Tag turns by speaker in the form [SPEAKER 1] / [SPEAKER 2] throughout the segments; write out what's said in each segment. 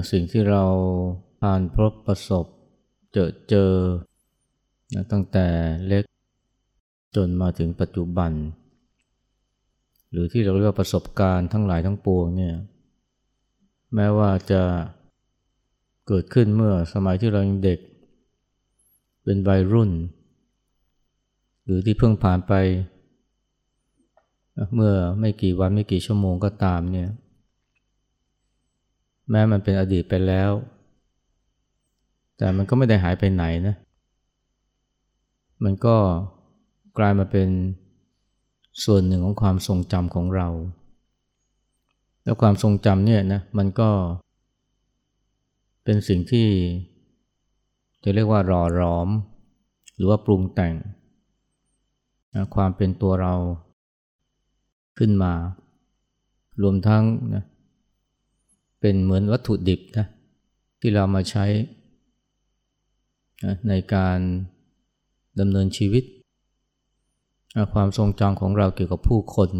[SPEAKER 1] สิ่งที่เราผ่านพบประสบเจอนะตั้งแต่เล็กจนมาถึงปัจจุบันหรือที่เราเรียกว่าประสบการณ์ทั้งหลายทั้งปวงเนี่ยแม้ว่าจะเกิดขึ้นเมื่อสมัยที่เรายังเด็กเป็นวัยรุ่นหรือที่เพิ่งผ่านไปเมื่อไม่กี่วันไม่กี่ชั่วโมงก็ตามเนี่ยแม้มันเป็นอดีตไปแล้วแต่มันก็ไม่ได้หายไปไหนนะมันก็กลายมาเป็นส่วนหนึ่งของความทรงจำของเราแล้วความทรงจำเนี่ยนะมันก็เป็นสิ่งที่จะเรียกว่าหล่อหลอมหรือว่าปรุงแต่งความเป็นตัวเราขึ้นมารวมทั้งนะเป็นเหมือนวัตถุดิบนะที่เรามาใช้ในการดำเนินชีวิตความทรงจำของเราเกี่ยวกับผู้คน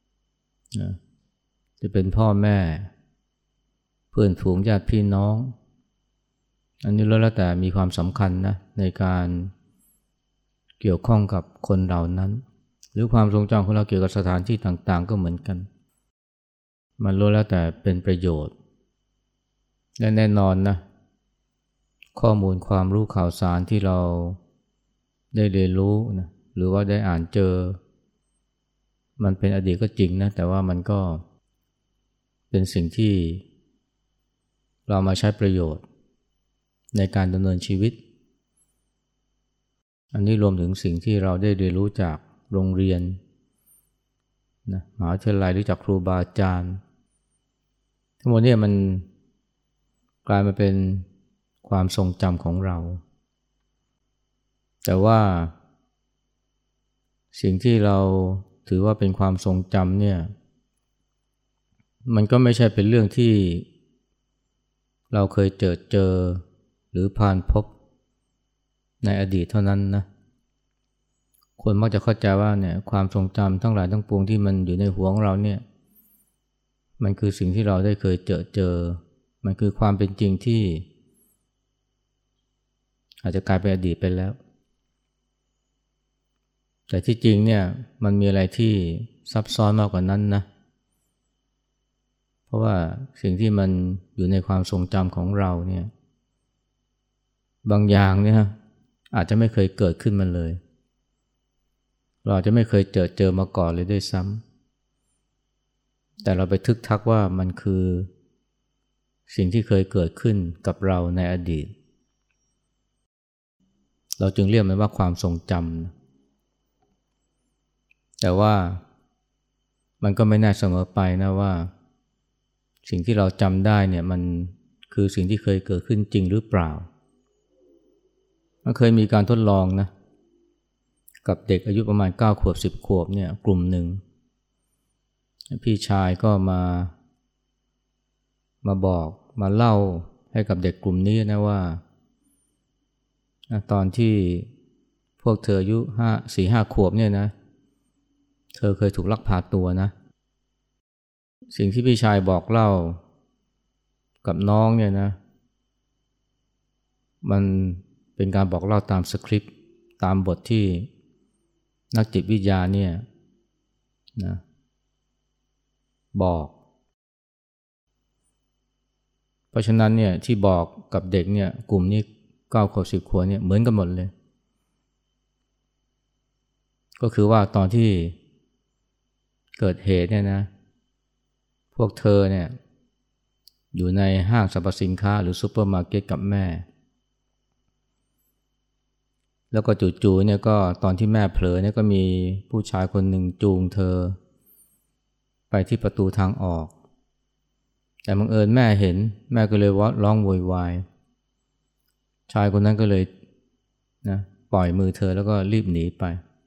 [SPEAKER 1] จะเป็นพ่อแม่เพื่อนฝูงญาติพี่น้องอันนี้แล้วแต่มีความสำคัญนะในการเกี่ยวข้องกับคนเหล่านั้นหรือความทรงจำของเราเกี่ยวกับสถานที่ต่างๆก็เหมือนกันมันล้วนแล้วแต่เป็นประโยชน์และแน่นอนนะข้อมูลความรู้ข่าวสารที่เราได้เรียนรู้นะหรือว่าได้อ่านเจอมันเป็นอดีตก็จริงนะแต่ว่ามันก็เป็นสิ่งที่เรามาใช้ประโยชน์ในการดำเนินชีวิตอันนี้รวมถึงสิ่งที่เราได้เรียนรู้จากโรงเรียนนะมหาวิทยาลัยหรือจากครูบาอาจารย์ทั้งหมดเนี่ยมันกลายมาเป็นความทรงจำของเราแต่ว่าสิ่งที่เราถือว่าเป็นความทรงจำเนี่ยมันก็ไม่ใช่เป็นเรื่องที่เราเคยเจอหรือผ่านพบในอดีตเท่านั้นนะคนมักจะเข้าใจว่าเนี่ยความทรงจำทั้งหลายทั้งปวงที่มันอยู่ในหัวของเราเนี่ยมันคือสิ่งที่เราได้เคยเจอมันคือความเป็นจริงที่อาจจะกลายเป็นอดีตไปแล้วแต่ที่จริงเนี่ยมันมีอะไรที่ซับซ้อนมากกว่านั้นนะเพราะว่าสิ่งที่มันอยู่ในความทรงจำของเราเนี่ยบางอย่างเนี่ยอาจจะไม่เคยเกิดขึ้นมาเลยเราอาจจะไม่เคยเจอมาก่อนเลยด้วยซ้ำแต่เราไปทึกทักว่ามันคือสิ่งที่เคยเกิดขึ้นกับเราในอดีตเราจึงเรียกมันว่าความทรงจำแต่ว่ามันก็ไม่แน่เสมอไปนะว่าสิ่งที่เราจำได้เนี่ยมันคือสิ่งที่เคยเกิดขึ้นจริงหรือเปล่ามันเคยมีการทดลองนะกับเด็กอายุประมาณ9 ขวบ10 ขวบเนี่ยกลุ่มหนึ่งพี่ชายก็มาบอกมาเล่าให้กับเด็กกลุ่มนี้นะว่าตอนที่พวกเธออายุ4-5 ขวบเนี่ยนะเธอเคยถูกลักพาตัวนะสิ่งที่พี่ชายบอกเล่ากับน้องเนี่ยนะมันเป็นการบอกเล่าตามสคริปต์ตามบทที่นักจิตวิทยาเนี่ยนะบอกเพราะฉะนั้นเนี่ยที่บอกกับเด็กเนี่ยกลุ่มนี้9 ขวบ10 ขวบเนี่ยเหมือนกันหมดเลยก็คือว่าตอนที่เกิดเหตุเนี่ยนะพวกเธอเนี่ยอยู่ในห้างสรรพสินค้าหรือซูเปอร์มาร์เก็ตกับแม่แล้วก็จู่ๆเนี่ยก็ตอนที่แม่เผลอเนี่ยก็มีผู้ชายคนหนึ่งจูงเธอไปที่ประตูทางออกแต่บังเอิญแม่เห็นแม่ก็เลยร้องโวยวายชายคนนั้นก็เลยนะปล่อยมือเธอแล้วก็รีบหนีไป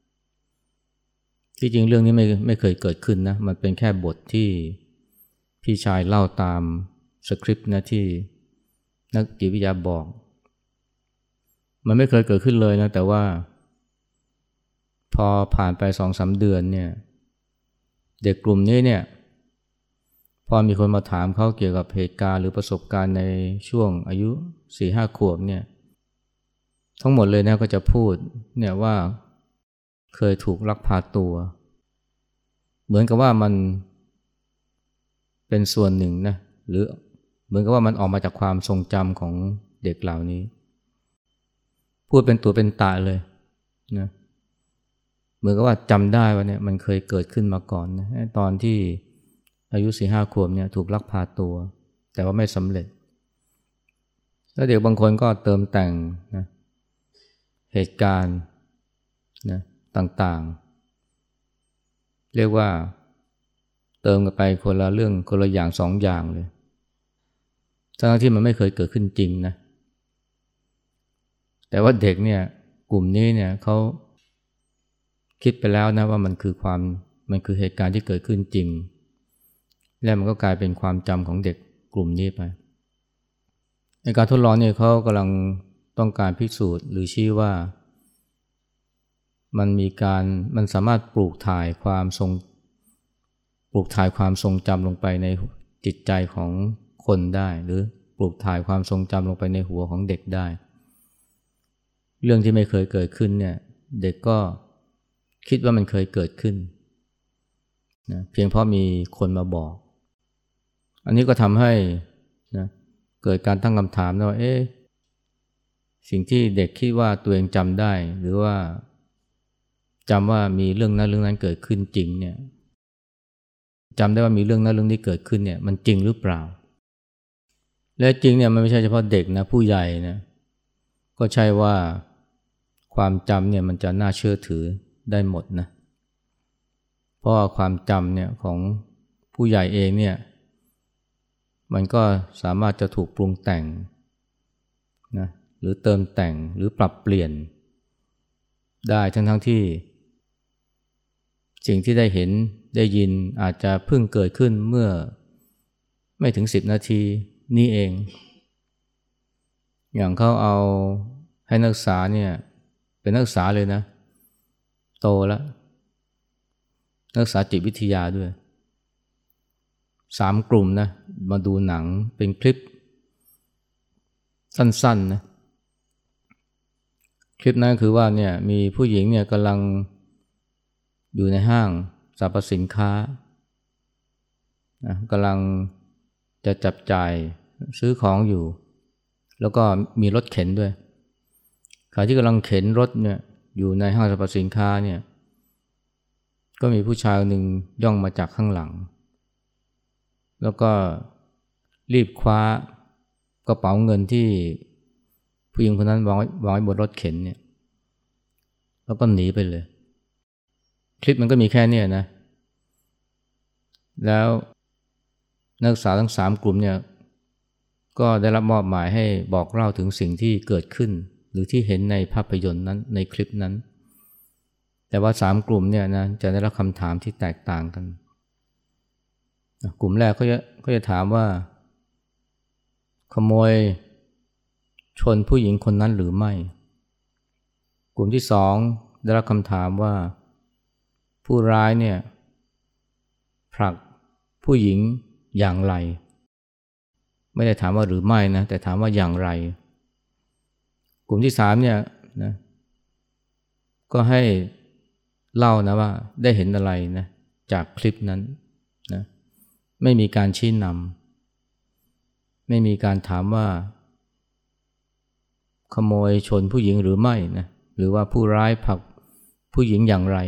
[SPEAKER 1] ที่จริงเรื่องนี้ไม่เคยเกิดขึ้นนะมันเป็นแค่บทที่พี่ชายเล่าตามสคริปต์นะที่นักจิตวิทยาบอกมันไม่เคยเกิดขึ้นเลยนะแต่ว่าพอผ่านไป 2-3 เดือนเนี่ยเด็กกลุ่มนี้เนี่ยพพอมีคนมาถามเขาเกี่ยวกับเหตุการณ์หรือประสบการณ์ในช่วงอายุ 4-5 ขวบเนี่ยทั้งหมดเลยนะก็จะพูดเนี่ยว่าเคยถูกลักพาตัวเหมือนกับว่ามันเป็นส่วนหนึ่งนะหรือเหมือนกับว่ามันออกมาจากความทรงจำของเด็กเหล่านี้พูดเป็นตัวเป็นตาเลยนะเหมือนกับว่าจำได้ว่าเนี่ยมันเคยเกิดขึ้นมาก่อนนะตอนที่อายุ 4-5 ขวบเนี่ยถูกลักพาตัวแต่ว่าไม่สำเร็จแล้วเด็กบางคนก็เติมแต่งนะเหตุการณ์นะต่างๆเรียกว่าเติมกันไปคนละเรื่องคนละอย่างสองอย่างเลยทั้งที่มันไม่เคยเกิดขึ้นจริงนะแต่ว่าเด็กเนี่ยกลุ่มนี้เนี่ยเขาคิดไปแล้วนะว่ามันคือเหตุการณ์ที่เกิดขึ้นจริงและมันก็กลายเป็นความจำของเด็กกลุ่มนี้ไปในการทดลองเนี่ยเขากำลังต้องการพิสูจน์หรือชี้ว่ามันสามารถปลูกถ่ายความทรงจำลงไปในจิตใจของคนได้หรือปลูกถ่ายความทรงจำลงไปในหัวของเด็กได้เรื่องที่ไม่เคยเกิดขึ้นเนี่ยเด็กก็คิดว่ามันเคยเกิดขึ้นนะเพียงเพราะมีคนมาบอกอันนี้ก็ทำให้นะเกิดการตั้งคำถามนะว่าสิ่งที่เด็กคิดว่าตัวเองจำได้หรือว่าจำว่ามีเรื่องนั้นเกิดขึ้นจริงเนี่ยจำได้ว่ามีเรื่องนี้เกิดขึ้นเนี่ยมันจริงหรือเปล่าและจริงเนี่ยมันไม่ใช่เฉพาะเด็กนะผู้ใหญ่นะก็ใช่ว่าความจำเนี่ยมันจะน่าเชื่อถือได้หมดนะเพราะว่าความจำเนี่ยของผู้ใหญ่เองเนี่ยมันก็สามารถจะถูกปรุงแต่งนะหรือเติมแต่งหรือปรับเปลี่ยนได้ทั้งที่สิ่งที่ได้เห็นได้ยินอาจจะเพิ่งเกิดขึ้นเมื่อไม่ถึง10 นาทีนี่เองอย่างเขาเอาให้นักศึกษาเนี่ยเป็นนักศึกษาเลยนะโตแล้วนักศึกษาจิตวิทยาด้วย3 กลุ่มนะมาดูหนังเป็นคลิปสั้นๆนะคลิปนั้นคือว่าเนี่ยมีผู้หญิงเนี่ยกำลังอยู่ในห้างสรรพสินค้านะกำลังจะจับจ่ายซื้อของอยู่แล้วก็มีรถเข็นด้วยขณะที่กำลังเข็นรถเนี่ยอยู่ในห้างสรรพสินค้าเนี่ยก็มีผู้ชายหนึ่งย่องมาจากข้างหลังแล้วก็รีบคว้ากระเป๋าเงินที่ผู้หญิงคนนั้นวางไว้บนรถเข็นเนี่ยแล้วก็หนีไปเลยคลิปมันก็มีแค่นี้นะแล้วนักศึกษาทั้ง3 กลุ่มเนี่ยก็ได้รับมอบหมายให้บอกเล่าถึงสิ่งที่เกิดขึ้นหรือที่เห็นในภาพยนตร์นั้นในคลิปนั้นแต่ว่า3 กลุ่มเนี่ยนะจะได้รับคำถามที่แตกต่างกันกลุ่มแรกเขาจะถามว่าขโมยชนผู้หญิงคนนั้นหรือไม่กลุ่มที่2ได้รับคำถามว่าผู้ร้ายเนี่ยผลักผู้หญิงอย่างไรไม่ได้ถามว่าหรือไม่นะแต่ถามว่าอย่างไรกลุ่มที่3เนี่ยนะก็ให้เล่านะว่าได้เห็นอะไรนะจากคลิปนั้นนะไม่มีการชี้นำไม่มีการถามว่าขโมยชนผู้หญิงหรือไม่นะหรือว่าผู้ร้ายผลักผู้หญิงอย่างไร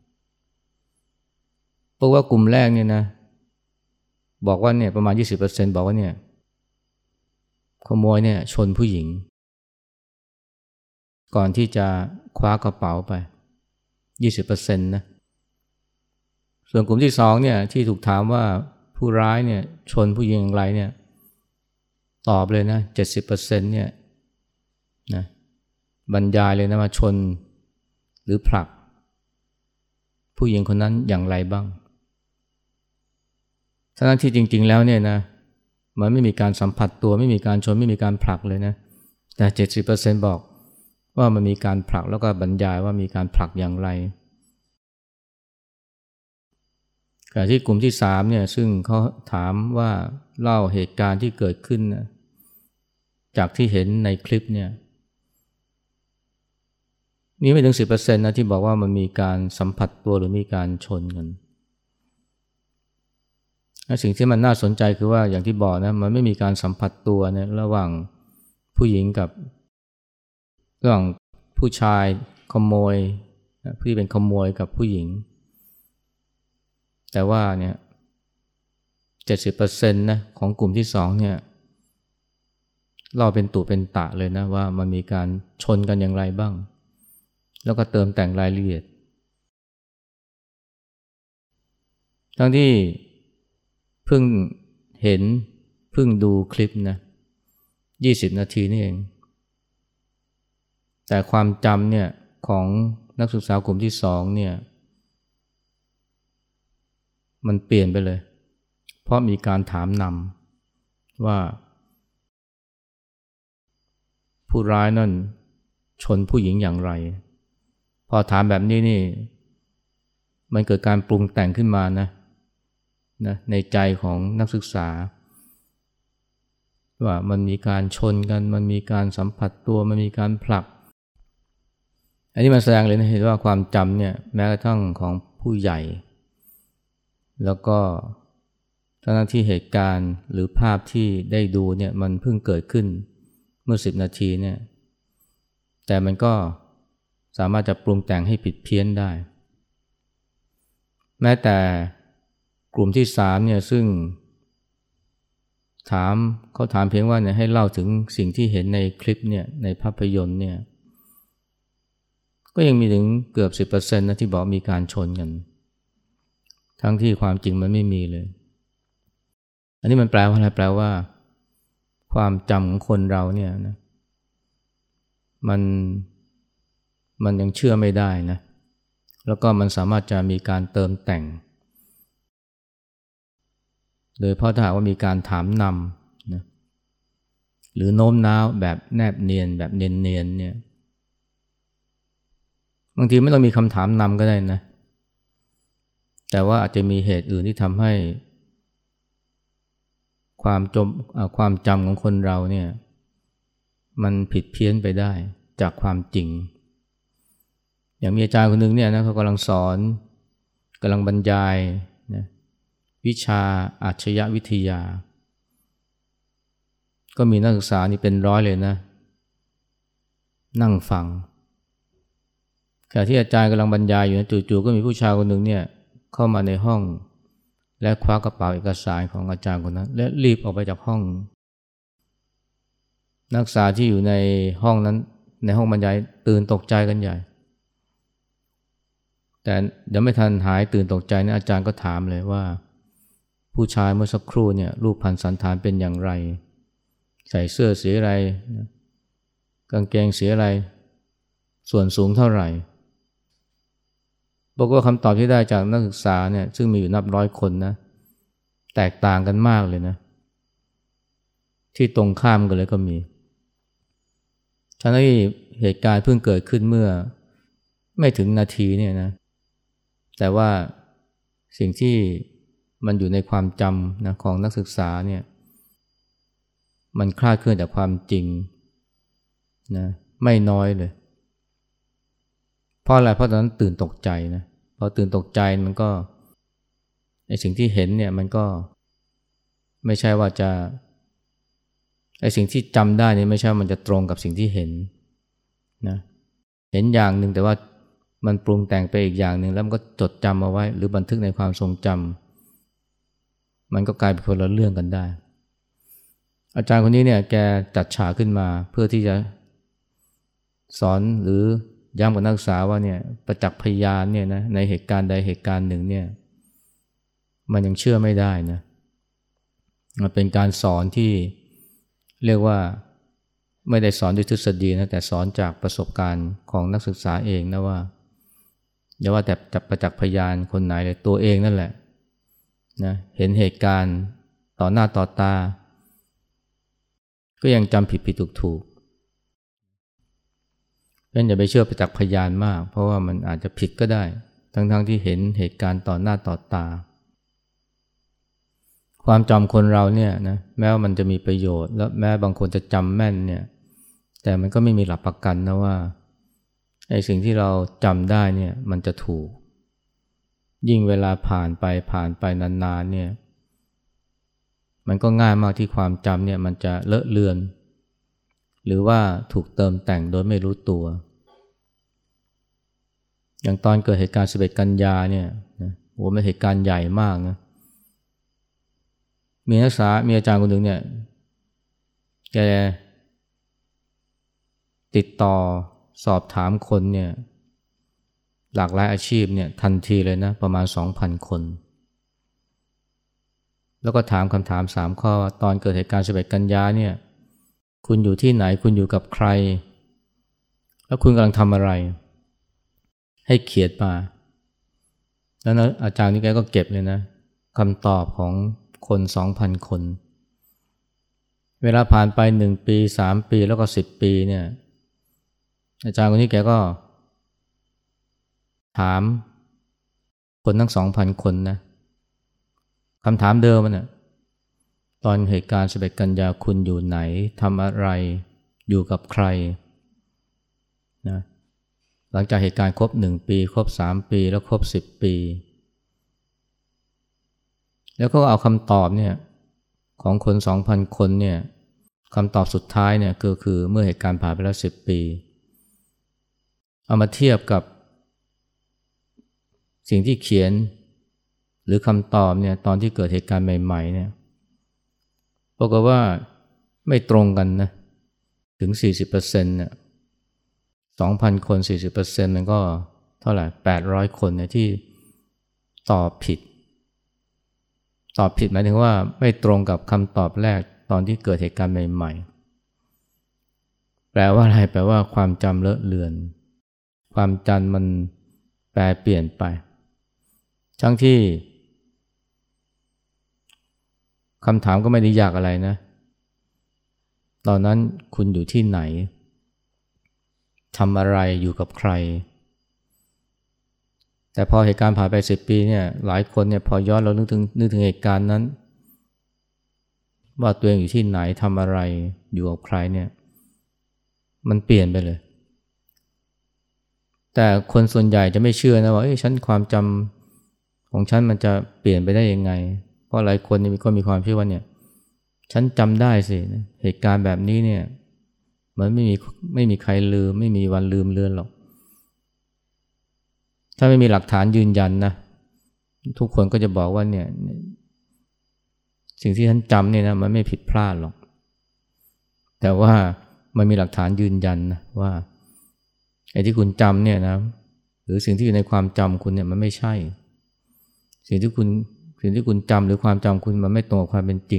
[SPEAKER 1] เพราะว่ากลุ่มแรกเนี่ยนะบอกว่าเนี่ยประมาณ 20% บอกว่าเนี่ยขโมยเนี่ยชนผู้หญิงก่อนที่จะคว้ากระเป๋าไป 20% นะส่วนกลุ่มที่2เนี่ยที่ถูกถามว่าผู้ร้ายเนี่ยชนผู้หญิงอย่างไรเนี่ยตอบเลยนะ 70% เนี่ยนะบรรยายเลยนะว่าชนหรือผลักผู้หญิงคนนั้นอย่างไรบ้างทั้งที่จริงๆแล้วเนี่ยนะมันไม่มีการสัมผัสตัวไม่มีการชนไม่มีการผลักเลยนะแต่ 70% บอกว่ามันมีการผลักแล้วก็บรรยายว่ามีการผลักอย่างไรแต่ที่กลุ่มที่3เนี่ยซึ่งเขาถามว่าเล่าเหตุการณ์ที่เกิดขึ้นนะจากที่เห็นในคลิปเนี่ยมีไม่ถึง 10% นะที่บอกว่ามันมีการสัมผัสตัวหรือมีการชนกันสิ่งที่มันน่าสนใจคือว่าอย่างที่บอกนะมันไม่มีการสัมผัสตัวเนี่ยระหว่างผู้หญิงกับระหว่างผู้ชายขโมยที่เป็นขโมยกับผู้หญิงแต่ว่าเนี่ย 70% นะของกลุ่มที่2เนี่ยเราเป็นตุเป็นตะเลยนะว่ามันมีการชนกันอย่างไรบ้างแล้วก็เติมแต่งรายละเอียดทั้งที่เพิ่งเห็นเพิ่งดูคลิปนะ20 นาทีนี่เองแต่ความจำเนี่ยของนักศึกษากลุ่มที่2เนี่ยมันเปลี่ยนไปเลยเพราะมีการถามนำว่าผู้ร้ายนั่นชนผู้หญิงอย่างไรพอถามแบบนี้นี่มันเกิดการปรุงแต่งขึ้นมานะในใจของนักศึกษาว่ามันมีการชนกันมันมีการสัมผัสตัวมันมีการผลักอันนี้มันแสดงเลยนะเห็นว่าความจำเนี่ยแม้กระทั่งของผู้ใหญ่แล้วก็ทั้งที่เหตุการณ์หรือภาพที่ได้ดูเนี่ยมันเพิ่งเกิดขึ้นเมื่อ10 นาทีเนี่ยแต่มันก็สามารถจะปรุงแต่งให้ผิดเพี้ยนได้แม้แต่กลุ่มที่3เนี่ยซึ่งเขาถามเพียงว่าเนี่ยให้เล่าถึงสิ่งที่เห็นในคลิปเนี่ยในภาพยนตร์เนี่ยก็ยังมีถึงเกือบ 10% นะที่บอกมีการชนกันทั้งที่ความจริงมันไม่มีเลยอันนี้มันแปลว่าอะไรแปลว่าความจำของคนเราเนี่ยนะมันยังเชื่อไม่ได้นะแล้วก็มันสามารถจะมีการเติมแต่งโดยเพราะถ้าหากว่ามีการถามนำนะหรือโน้มน้าวแบบแนบเนียนแบบเนียนๆเนี่ยบางทีไม่ต้องมีคำถามนำก็ได้นะแต่ว่าอาจจะมีเหตุอื่นที่ทำให้ความจำของคนเราเนี่ยมันผิดเพี้ยนไปได้จากความจริงอย่างมีอาจารย์คนหนึ่งเนี่ยนะเขากำลังสอนกำลังบรรยายนะวิชาอาชญวิทยาก็มีนักศึกษานี่เป็นร้อยเลยนะนั่งฟังขณะที่อาจารย์กำลังบรรยายอยู่นะจู่ๆก็มีผู้ชายคนหนึ่งเนี่ยเข้ามาในห้องและคว้ากระเป๋าเอกสารของอาจารย์คนนั้นและรีบออกไปจากห้องนักศึกษาที่อยู่ในห้องนั้นในห้องบรรยายตื่นตกใจกันใหญ่แต่เดี๋ยวไม่ทันหายตื่นตกใจนะอาจารย์ก็ถามเลยว่าผู้ชายเมื่อสักครู่เนี่ยรูปพรรณสันฐานเป็นอย่างไรใส่เสื้อสีอะไรกางเกงสีอะไรส่วนสูงเท่าไหร่บอกว่าคำตอบที่ได้จากนักศึกษาเนี่ยซึ่งมีอยู่นับร้อยคนนะแตกต่างกันมากเลยนะที่ตรงข้ามกันเลยก็มีทั้งที่เหตุการณ์เพิ่งเกิดขึ้นเมื่อไม่ถึงนาทีเนี่ยนะแต่ว่าสิ่งที่มันอยู่ในความจำนะของนักศึกษาเนี่ยมันคลาดเคลื่อนจากความจริงนะไม่น้อยเลยเพราะอะไรเพราะตอนนั้นตื่นตกใจนะพอตื่นตกใจมันก็ในสิ่งที่เห็นเนี่ยมันก็ไม่ใช่ว่าจะไอ้สิ่งที่จำได้นี่ไม่ใช่มันจะตรงกับสิ่งที่เห็นนะเห็นอย่างหนึ่งแต่ว่ามันปรุงแต่งไปอีกอย่างหนึ่งแล้วมันก็จดจำเอาไว้หรือบันทึกในความทรงจำมันก็กลายเป็นคนละเรื่องกันได้อาจารย์คนนี้เนี่ยแกจัดฉากขึ้นมาเพื่อที่จะสอนหรือย้ำกับนักศึกษาว่าเนี่ยประจักษ์พยานเนี่ยนะในเหตุการณ์ใดเหตุการณ์หนึ่งเนี่ยมันยังเชื่อไม่ได้นะมันเป็นการสอนที่เรียกว่าไม่ได้สอนด้วยทฤษฎีนะแต่สอนจากประสบการณ์ของนักศึกษาเองนะว่าอย่าว่าแต่จับประจักษ์พยานคนไหนเลยตัวเองนั่นแหละนะเห็นเหตุการณ์ต่อหน้าต่อตาก็ยังจำผิดถูกงั้นอย่าไปเชื่อประจักษ์พยานมากเพราะว่ามันอาจจะผิดก็ได้ทั้งที่เห็นเหตุการณ์ต่อหน้าต่อตาความจำคนเราเนี่ยนะแม้ว่ามันจะมีประโยชน์แล้วแม้บางคนจะจำแม่นเนี่ยแต่มันก็ไม่มีหลักประกันนะว่าไอ้สิ่งที่เราจำได้เนี่ยมันจะถูกยิ่งเวลาผ่านไปนานๆเนี่ยมันก็ง่ายมากที่ความจำเนี่ยมันจะเลอะเลือนหรือว่าถูกเติมแต่งโดยไม่รู้ตัวอย่างตอนเกิดเหตุการณ์11 กันยาเนี่ยนะโหมันเหตุการณ์ใหญ่มากนะมีนักศึกษามีอาจารย์คนหนึ่งเนี่ยแกติดต่อสอบถามคนเนี่ยหลากหลายอาชีพเนี่ยทันทีเลยนะประมาณ 2,000 คนแล้วก็ถามคำถาม3ข้อตอนเกิดเหตุการณ์11 กันยาเนี่ยคุณอยู่ที่ไหนคุณอยู่กับใครแล้วคุณกำลังทำอะไรให้เขียนมาแล้วนะอาจารย์นี่แกก็เก็บเลยนะคำตอบของคน 2,000 คนเวลาผ่านไป1 ปี3 ปีแล้วก็10 ปีเนี่ยอาจารย์คนนี้แกก็ถามคนทั้ง 2,000 คนนะคำถามเดิมมันนะตอนเหตุการณ์11 กันยาคุณอยู่ไหนทำอะไรอยู่กับใครนะหลังจากเหตุการณ์ครบ1 ปีครบ3 ปีแล้วครบ10 ปีแล้วก็เอาคำตอบเนี่ยของคน 2,000 คนเนี่ยคำตอบสุดท้ายเนี่ยก็คือเมื่อเหตุการณ์ผ่านไปแล้ว10 ปีเอามาเทียบกับสิ่งที่เขียนหรือคำตอบเนี่ยตอนที่เกิดเหตุการณ์ใหม่ๆเนี่ยปรากฏว่าไม่ตรงกันนะถึง 40% เนี่ย 2,000 คน 40% มันก็เท่าไหร่800 คนเนี่ยที่ตอบผิดหมายถึงว่าไม่ตรงกับคำตอบแรกตอนที่เกิดเหตุการณ์ใหม่ๆแปลว่าอะไรแปลว่าความจำเลอะเลือนความจำมันแปรเปลี่ยนไปทั้งที่คำถามก็ไม่ได้ยากอะไรนะตอนนั้นคุณอยู่ที่ไหนทำอะไรอยู่กับใครแต่พอเหตุการณ์ผ่านไป10 ปีเนี่ยหลายคนเนี่ยพอย้อนเรานึกถึงเหตุการณ์นั้นว่าตัวเองอยู่ที่ไหนทำอะไรอยู่กับใครเนี่ยมันเปลี่ยนไปเลยแต่คนส่วนใหญ่จะไม่เชื่อนะว่าฉันความจำของฉันมันจะเปลี่ยนไปได้ยังไงเพราะหลายคนก็มีความเชื่อว่าเนี่ยฉันจำได้สิเหตุการณ์แบบนี้เนี่ยมันไม่มีใครลืมไม่มีวันลืมเลือนหรอกถ้าไม่มีหลักฐานยืนยันนะทุกคนก็จะบอกว่าเนี่ยสิ่งที่ฉันจำเนี่ยนะมันไม่ผิดพลาดหรอกแต่ว่ามันมีหลักฐานยืนยันนะว่าไอ้ที่คุณจำเนี่ยนะหรือสิ่งที่อยู่ในความจำคุณเนี่ยมันไม่ใช่สิ่งที่คุณจำหรือความจำคุณมันไม่ตรงกับความเป็นจริง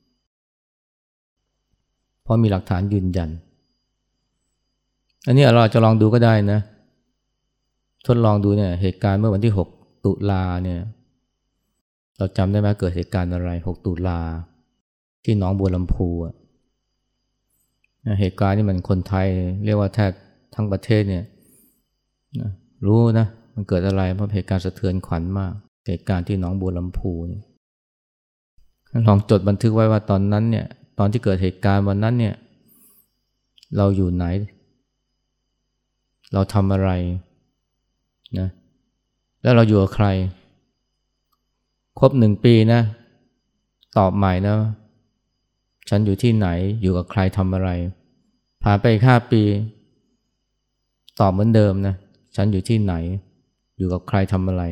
[SPEAKER 1] เพราะมีหลักฐานยืนยันอันนี้เราจะลองดูก็ได้นะทดลองดูเนี่ยเหตุการณ์เมื่อวันที่6 ตุลาเนี่ยเราจำได้ไหมเกิดเหตุการณ์อะไร6 ตุลาที่หนองบัวลำพูเหตุการณ์นี้มันคนไทยเรียกว่าแทบทั้งประเทศเนี่ยรู้นะมันเกิดอะไรเพราะเหตุการณ์สะเทือนขวัญมากเหตุการณ์ที่หนองบัวลำพูเนี่ยลองจดบันทึกไว้ว่าตอนนั้นเนี่ยตอนที่เกิดเหตุการณ์วันนั้นเนี่ยเราอยู่ไหนเราทำอะไรนะแล้วเราอยู่กับใครครบ1 ปีนะตอบใหม่นะฉันอยู่ที่ไหนอยู่กับใครทำอะไรผ่านไปอีก5 ปีตอบเหมือนเดิมนะฉันอยู่ที่ไหนอยู่กับใครทำอะไร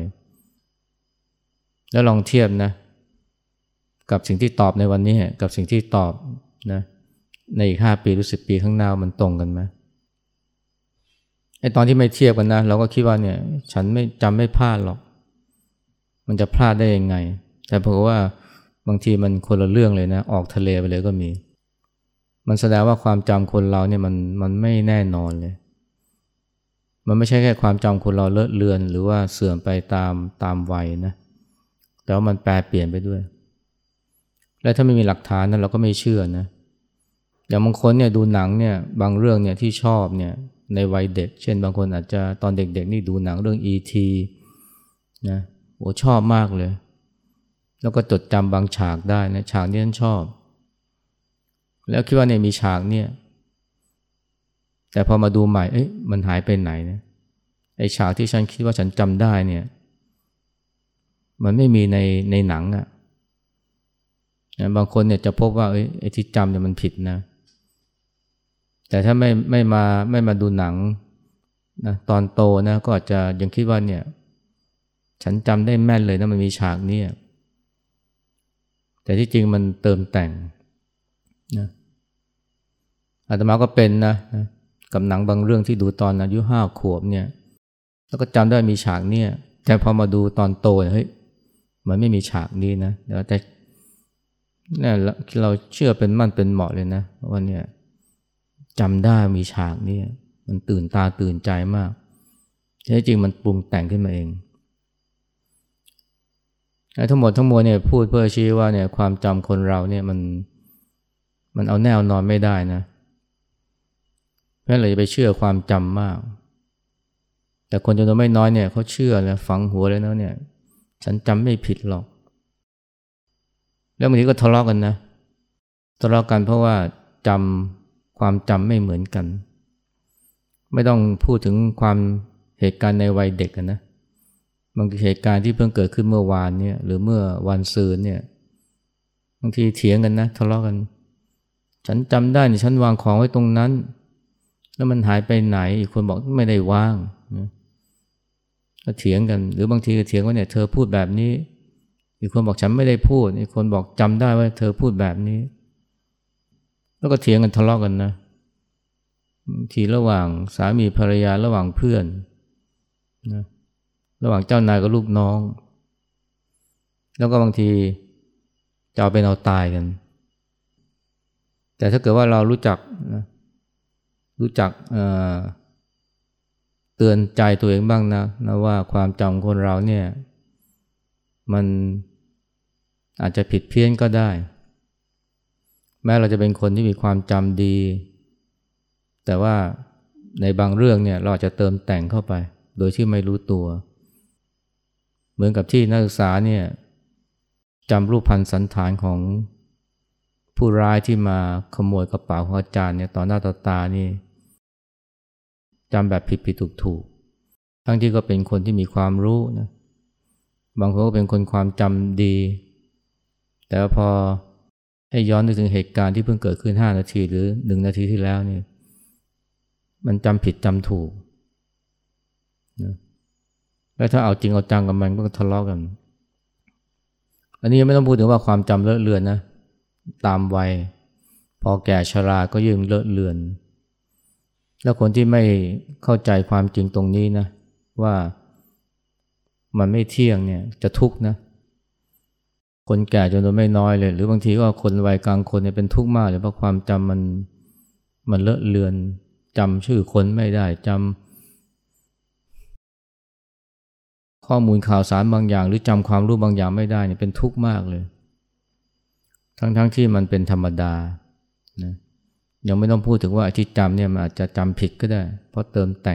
[SPEAKER 1] แล้วลองเทียบนะกับสิ่งที่ตอบในวันนี้กับสิ่งที่ตอบนะในอีก5 ปีหรือ10 ปีข้างหน้ามันตรงกันไหมไอ้ตอนที่ไม่เทียบกันนะเราก็คิดว่าเนี่ยฉันไม่พลาดหรอกมันจะพลาดได้ยังไงแต่เพราะว่าบางทีมันคนละเรื่องเลยนะออกทะเลไปเลยก็มีมันแสดงว่าความจำคนเราเนี่ยมันไม่แน่นอนเลยมันไม่ใช่แค่ความจำคนเราเลอะเลือนหรือว่าเสื่อมไปตามวัยนะแต่ว่ามันแปรเปลี่ยนไปด้วยและถ้าไม่มีหลักฐานนั้นเราก็ไม่เชื่อนะอย่างบางคนเนี่ยดูหนังเนี่ยบางเรื่องเนี่ยที่ชอบเนี่ยในวัยเด็กเช่นบางคนอาจจะตอนเด็กๆนี่ดูหนังเรื่อง E.T. นะโอ้ชอบมากเลยแล้วก็จดจำบางฉากได้นะฉากนี้ฉันชอบแล้วคิดว่าเนี่ยมีฉากเนี่ยแต่พอมาดูใหม่เอ๊ะมันหายไปไหนนะไอ้ฉากที่ฉันคิดว่าฉันจำได้เนี่ยมันไม่มีในหนังอ่ะบางคนเนี่ยจะพบว่าไอ้ที่จำเนี่ยมันผิดนะแต่ถ้าไม่มาดูหนังนะตอนโตนะก็อาจจะยังคิดว่าเนี่ยฉันจำได้แม่นเลยนะมันมีฉากนี้แต่ที่จริงมันเติมแต่งนะอาตมาก็เป็นนะกับหนังบางเรื่องที่ดูตอนอายุ5 ขวบเนี่ยแล้วก็จำได้มีฉากเนี่ยแต่พอมาดูตอนโตเฮ้ยมันไม่มีฉากนี้นะแต่เนี่ยเราเชื่อเป็นมั่นเป็นเหมาะเลยนะว่าเนี่ยจำได้มีฉากนี้มันตื่นตาตื่นใจมากแท้จริงมันปรุงแต่งขึ้นมาเองทั้งหมดทั้งมวลเนี่ยพูดเพื่อชี้ว่าเนี่ยความจำคนเราเนี่ยมันเอาแน่นอนไม่ได้นะเพราะเราจะไปเชื่อความจำมากแต่คนจำนวนไม่น้อยเนี่ยเขาเชื่อแล้วฝังหัวเลยนะเนี่ยฉันจำไม่ผิดหรอกแล้วบางทีก็ทะเลาะกันนะทะเลาะกันเพราะว่าความจำไม่เหมือนกันไม่ต้องพูดถึงความเหตุการณ์ในวัยเด็กนะบางทีเหตุการณ์ที่เพิ่งเกิดขึ้นเมื่อวานเนี่ยหรือเมื่อวันซืนเนี่ยบางทีเถียงกันนะทะเลาะกันฉันจำได้นี่ฉันวางของไว้ตรงนั้นแล้วมันหายไปไหนอีกคนบอกไม่ได้วางก็เถียงกันหรือบางทีก็เถียงว่าเนี่ยเธอพูดแบบนี้อีกคนบอกฉันไม่ได้พูดอีกคนบอกจำได้ว่าเธอพูดแบบนี้แล้วก็เถียงกันทะเลาะกันนะทีระหว่างสามีภรรยาระหว่างเพื่อนนะระหว่างเจ้านายกับลูกน้องแล้วก็บางทีจะเอาเป็นเอาตายกันแต่ถ้าเกิดว่าเรารู้จักเตือนใจตัวเองบ้างนะว่าความจำคนเราเนี่ยมันอาจจะผิดเพี้ยนก็ได้แม้เราจะเป็นคนที่มีความจำดีแต่ว่าในบางเรื่องเนี่ยเราอาจจะเติมแต่งเข้าไปโดยที่ไม่รู้ตัวเหมือนกับที่นักศึกษาเนี่ยจำรูปพรรณสันฐานของผู้ร้ายที่มาขโมยกระเป๋าของอาจารย์เนี่ยต่อหน้าต่อตานี่จำแบบผิดถูกทั้งที่ก็เป็นคนที่มีความรู้นะบางคนก็เป็นคนความจำดีแต่พอให้ย้อนนึกถึงเหตุการณ์ที่เพิ่งเกิดขึ้น5 นาทีหรือ1 นาทีที่แล้วนี่มันจำผิดจำถูกนะแล้วถ้าเอาจริงเอาจังกับมันก็ทะเลาะกันอันนี้ไม่ต้องพูดถึงว่าความจำเลอะเลือนนะตามวัยพอแก่ชราก็ยิ่งเลอะเลือนแล้วคนที่ไม่เข้าใจความจริงตรงนี้นะว่ามันไม่เที่ยงเนี่ยจะทุกข์นะคนแก่จนไม่น้อยเลยหรือบางทีก็คนวัยกลางคนเนี่ยเป็นทุกข์มากเลยเพราะความจำมันเลอะเลือนจำชื่อคนไม่ได้จำข้อมูลข่าวสารบางอย่างหรือจำความรู้บางอย่างไม่ได้เนี่ยเป็นทุกข์มากเลยทั้งที่มันเป็นธรรมดานะยังไม่ต้องพูดถึงว่าที่จำเนี่ยมันอาจจะจำผิดก็ได้เพราะเติมแต่ง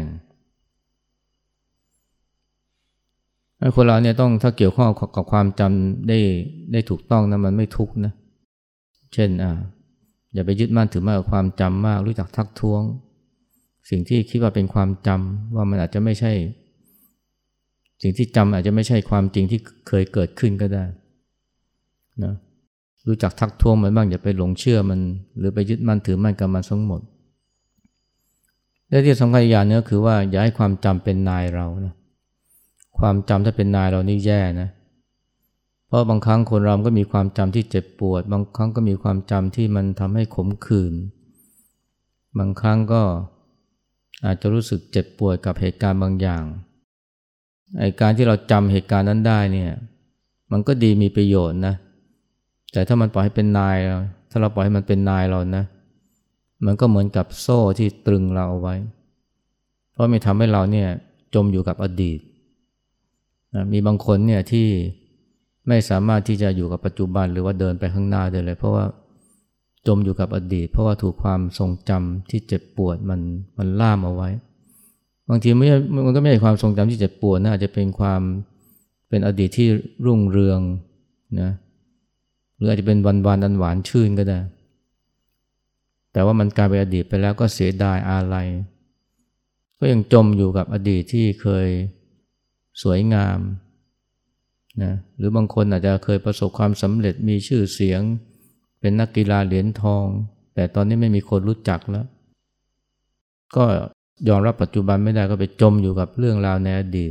[SPEAKER 1] คนเราเนี่ยต้องถ้าเกี่ยวข้องกับความจำได้ถูกต้องนะมันไม่ทุกข์นะเช่นอย่าไปยึดมั่นถือมั่นกับความจำมากรู้จักทักท้วงสิ่งที่คิดว่าเป็นความจำว่ามันอาจจะไม่ใช่สิ่งที่จำอาจจะไม่ใช่ความจริงที่เคยเกิดขึ้นก็ได้นะรู้จักทักท้วงมันบ้างอย่าไปหลงเชื่อมันหรือไปยึดมั่นถือมั่นกับมันทั้งหมดและที่สำคัญอีกอย่างนึงก็คือว่าอย่าให้ความจำเป็นนายเรานะความจำถ้าเป็นนายเรานี่แย่นะเพราะบางครั้งคนเราก็มีความจำที่เจ็บปวดบางครั้งก็มีความจำที่มันทำให้ขมขื่นบางครั้งก็อาจจะรู้สึกเจ็บปวดกับเหตุการณ์บางอย่างไอ้การที่เราจำเหตุการณ์นั้นได้เนี่ยมันก็ดีมีประโยชน์นะแต่ถ้ามันปล่อยให้เป็นนายเราถ้าเราปล่อยให้มันเป็นนายเรานะมันก็เหมือนกับโซ่ที่ตรึงเราเอาไว้เพราะมันทำให้เราเนี่ยจมอยู่กับอดีตมีบางคนเนี่ยที่ไม่สามารถที่จะอยู่กับปัจจุบันหรือว่าเดินไปข้างหน้าได้เลยเพราะว่าจมอยู่กับอดีตเพราะว่าถูกความทรงจำที่เจ็บปวดมันล่ามเอาไว้บางทีมันก็ไม่ใช่ความทรงจำที่เจ็บปวดนะอาจจะเป็นอดีตที่รุ่งเรืองนะหรืออาจจะเป็นวันอันหวานชื่นก็ได้แต่ว่ามันกลายเป็นอดีตไปแล้วก็เสียดายอาลัยก็ยังจมอยู่กับอดีตที่เคยสวยงามนะหรือบางคนอาจจะเคยประสบความสำเร็จมีชื่อเสียงเป็นนักกีฬาเหรียญทองแต่ตอนนี้ไม่มีคนรู้จักแล้วก็ยอมรับปัจจุบันไม่ได้ก็ไปจมอยู่กับเรื่องราวในอดีต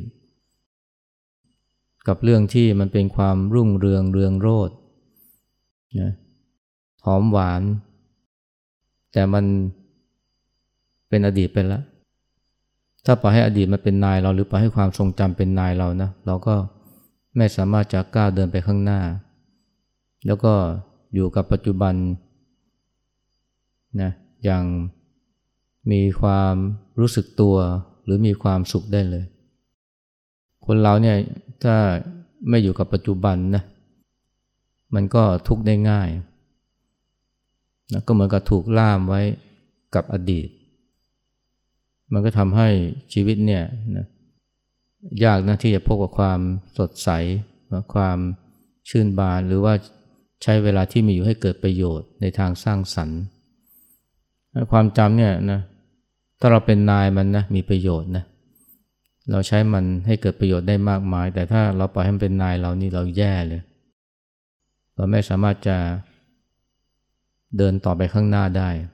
[SPEAKER 1] กับเรื่องที่มันเป็นความรุ่งเรืองเรืองโรจน์นะหอมหวานแต่มันเป็นอดีตไปแล้วถ้าปล่อยให้อดีตมันเป็นนายเราหรือปล่อยให้ความทรงจำเป็นนายเรานะเราก็ไม่สามารถจะก้าวเดินไปข้างหน้าแล้วก็อยู่กับปัจจุบันนะอย่างมีความรู้สึกตัวหรือมีความสุขได้เลยคนเราเนี่ยถ้าไม่อยู่กับปัจจุบันนะมันก็ทุกข์ได้ง่ายนะก็เหมือนกับถูกล่ามไว้กับอดีตมันก็ทำให้ชีวิตเนี่ยนะยากนะที่จะพบกับความสดใสความชื่นบานหรือว่าใช้เวลาที่มีอยู่ให้เกิดประโยชน์ในทางสร้างสรรค์ความจำเนี่ยนะถ้าเราเป็นนายมันนะมีประโยชน์นะเราใช้มันให้เกิดประโยชน์ได้มากมายแต่ถ้าเราปล่อยให้มันเป็นนายเรานี่เราแย่เลยเราไม่สามารถจะเดินต่อไปข้างหน้าได้